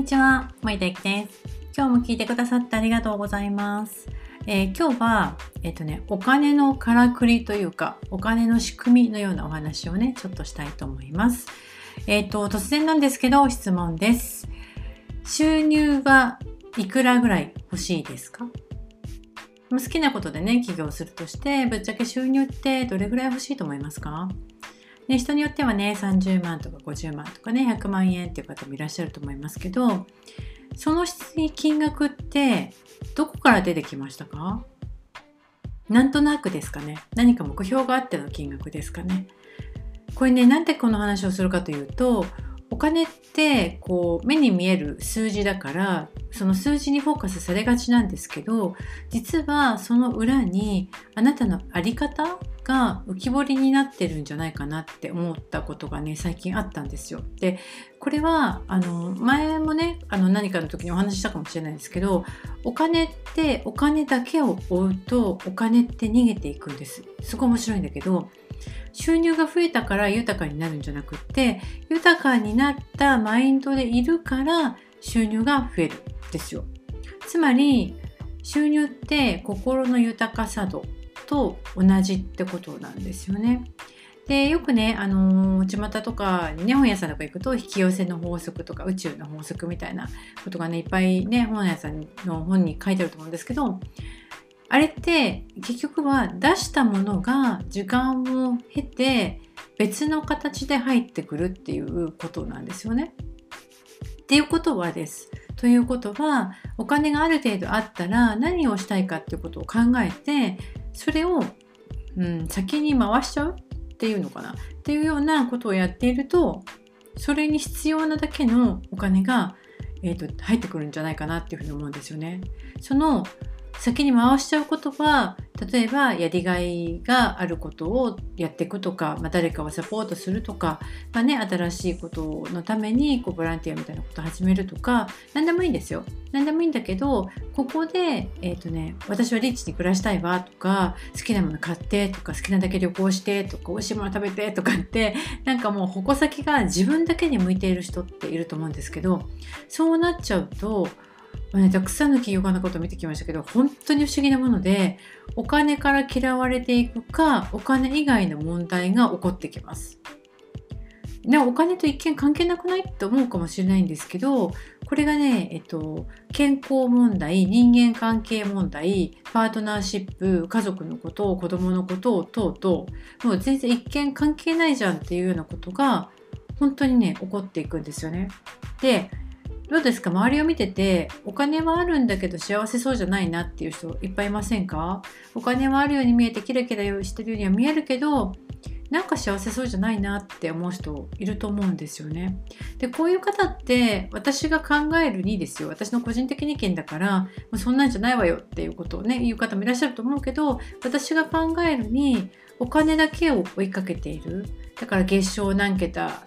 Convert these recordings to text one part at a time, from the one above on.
にちは、森田ゆきです。今日も聞いてくださってありがとうございます。今日は、お金のからくりというか、お金の仕組みのようなお話をね、ちょっとしたいと思います。突然なんですけど、質問です。収入がいくらぐらい欲しいですか？好きなことでね、起業するとして、ぶっちゃけ収入ってどれぐらい欲しいと思いますか？ね、人によってはね、30万とか50万とかね、100万円っていう方もいらっしゃると思いますけど、その金額ってどこから出てきましたか？なんとなくですかね。何か目標があっての金額ですかね。これね、なんでこの話をするかというと、お金ってこう目に見える数字だから、その数字にフォーカスされがちなんですけど、実はその裏にあなたの在り方が浮き彫りになってるんじゃないかなって思ったことがね、最近あったんですよ。で、これは前もね、何かの時にお話ししたかもしれないですけど、お金ってお金だけを追うとお金って逃げていくんです。すごい面白いんだけど、収入が増えたから豊かになるんじゃなくって、豊かになったマインドでいるから収入が増えるんですよ。つまり収入って心の豊かさ度と同じってことなんですよね。で、よくね、巷とかにね、本屋さんとか行くと引き寄せの法則とか宇宙の法則みたいなことがね、いっぱいね、本屋さんの本に書いてあると思うんですけど、あれって結局は出したものが時間を経て別の形で入ってくるっていうことなんですよね。っていうことはです。ということは、お金がある程度あったら何をしたいかっていうことを考えて、それを、先に回しちゃうっていうのかなっていうようなことをやっていると、それに必要なだけのお金が、入ってくるんじゃないかなっていうふうに思うんですよね。その先に回しちゃうことは、例えばやりがいがあることをやっていくとか、誰かをサポートするとか、新しいことのためにボランティアみたいなことを始めるとか、何でもいいんですよ。何でもいいんだけど、ここで、私はリッチに暮らしたいわとか、好きなもの買ってとか、好きなだけ旅行してとか、美味しいもの食べてとかって、もう矛先が自分だけに向いている人っていると思うんですけど、そうなっちゃうと、たくさんの企業家のことを見てきましたけど、本当に不思議なもので、お金から嫌われていくか、お金以外の問題が起こってきます。お金と一見関係なくないって思うかもしれないんですけど、これがね、健康問題、人間関係問題、パートナーシップ、家族のこと、子供のことを等々、もう全然一見関係ないじゃんっていうようなことが、本当にね、起こっていくんですよね。で、どうですか？周りを見てて、お金はあるんだけど幸せそうじゃないなっていう人いっぱいいませんか？お金はあるように見えてキラキラしてるようには見えるけど、なんか幸せそうじゃないなって思う人いると思うんですよね。で、こういう方って私が考えるにですよ。私の個人的意見だから、そんなんじゃないわよっていうことをね、言う方もいらっしゃると思うけど、私が考えるにお金だけを追いかけている。だから月賞何桁、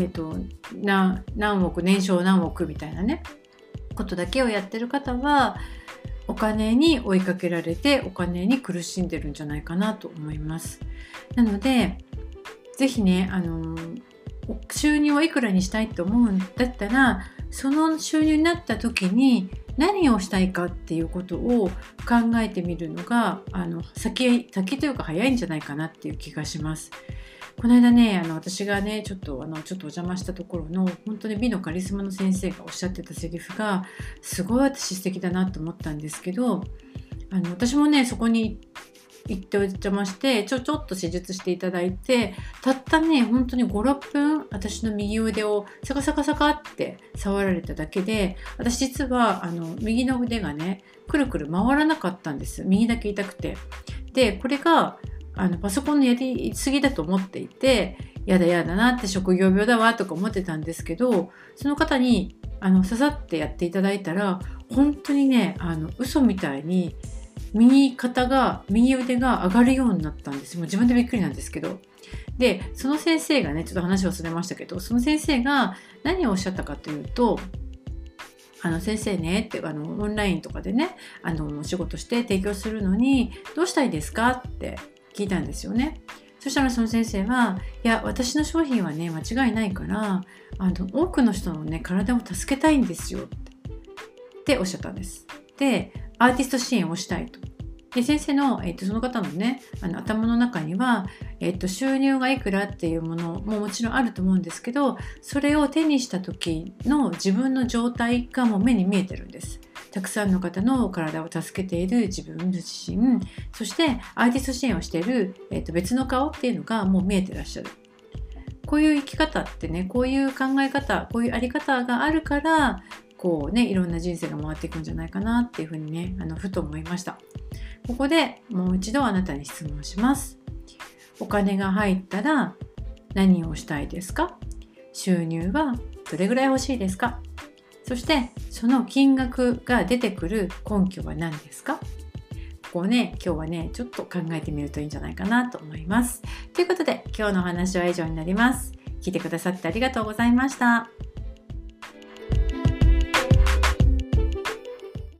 何億、年商何億みたいなね、ことだけをやってる方は、お金に追いかけられてお金に苦しんでるんじゃないかなと思います。なので、ぜひね、収入をいくらにしたいって思うんだったら、その収入になった時に何をしたいかっていうことを考えてみるのが、先というか早いんじゃないかなっていう気がします。この間ね、私がね、ちょっとお邪魔したところの、本当に美のカリスマの先生がおっしゃってたセリフが、すごい私素敵だなと思ったんですけど、私もね、そこに行ってお邪魔して、ちょっと施術していただいて、たったね、本当に5、6分、私の右腕をサカサカサカって触られただけで、私実は、右の腕がね、くるくる回らなかったんです。右だけ痛くて。で、これが、パソコンのやりすぎだと思っていて、やだなって職業病だわとか思ってたんですけど、その方にささってやっていただいたら、本当にね、嘘みたいに右腕が上がるようになったんです。もう自分でびっくりなんですけど。で、その先生がね、ちょっと話忘れましたけど、その先生が何をおっしゃったかというと、先生ねってオンラインとかでね、お仕事して提供するのにどうしたいですかって聞いたんですよね。 そしたらその先生は、いや、私の商品はね、間違いないから、多くの人のね、体を助けたいんですよっておっしゃったんです。で、アーティスト支援をしたいと。で、先生の、その方のね、頭の中には、収入がいくらっていうものももちろんあると思うんですけど、それを手にした時の自分の状態がもう目に見えてるんです。たくさんの方の体を助けている自分自身、そしてアーティスト支援をしている、別の顔っていうのがもう見えてらっしゃる。こういう生き方ってね、こういう考え方、こういうあり方があるから、こうね、いろんな人生が回っていくんじゃないかなっていうふうにね、ふと思いました。ここでもう一度あなたに質問します。お金が入ったら何をしたいですか？収入はどれぐらい欲しいですか？そしてその金額が出てくる根拠は何ですか？ここをね、今日はね、ちょっと考えてみるといいんじゃないかなと思います。ということで、今日のお話は以上になります。聞いてくださってありがとうございました。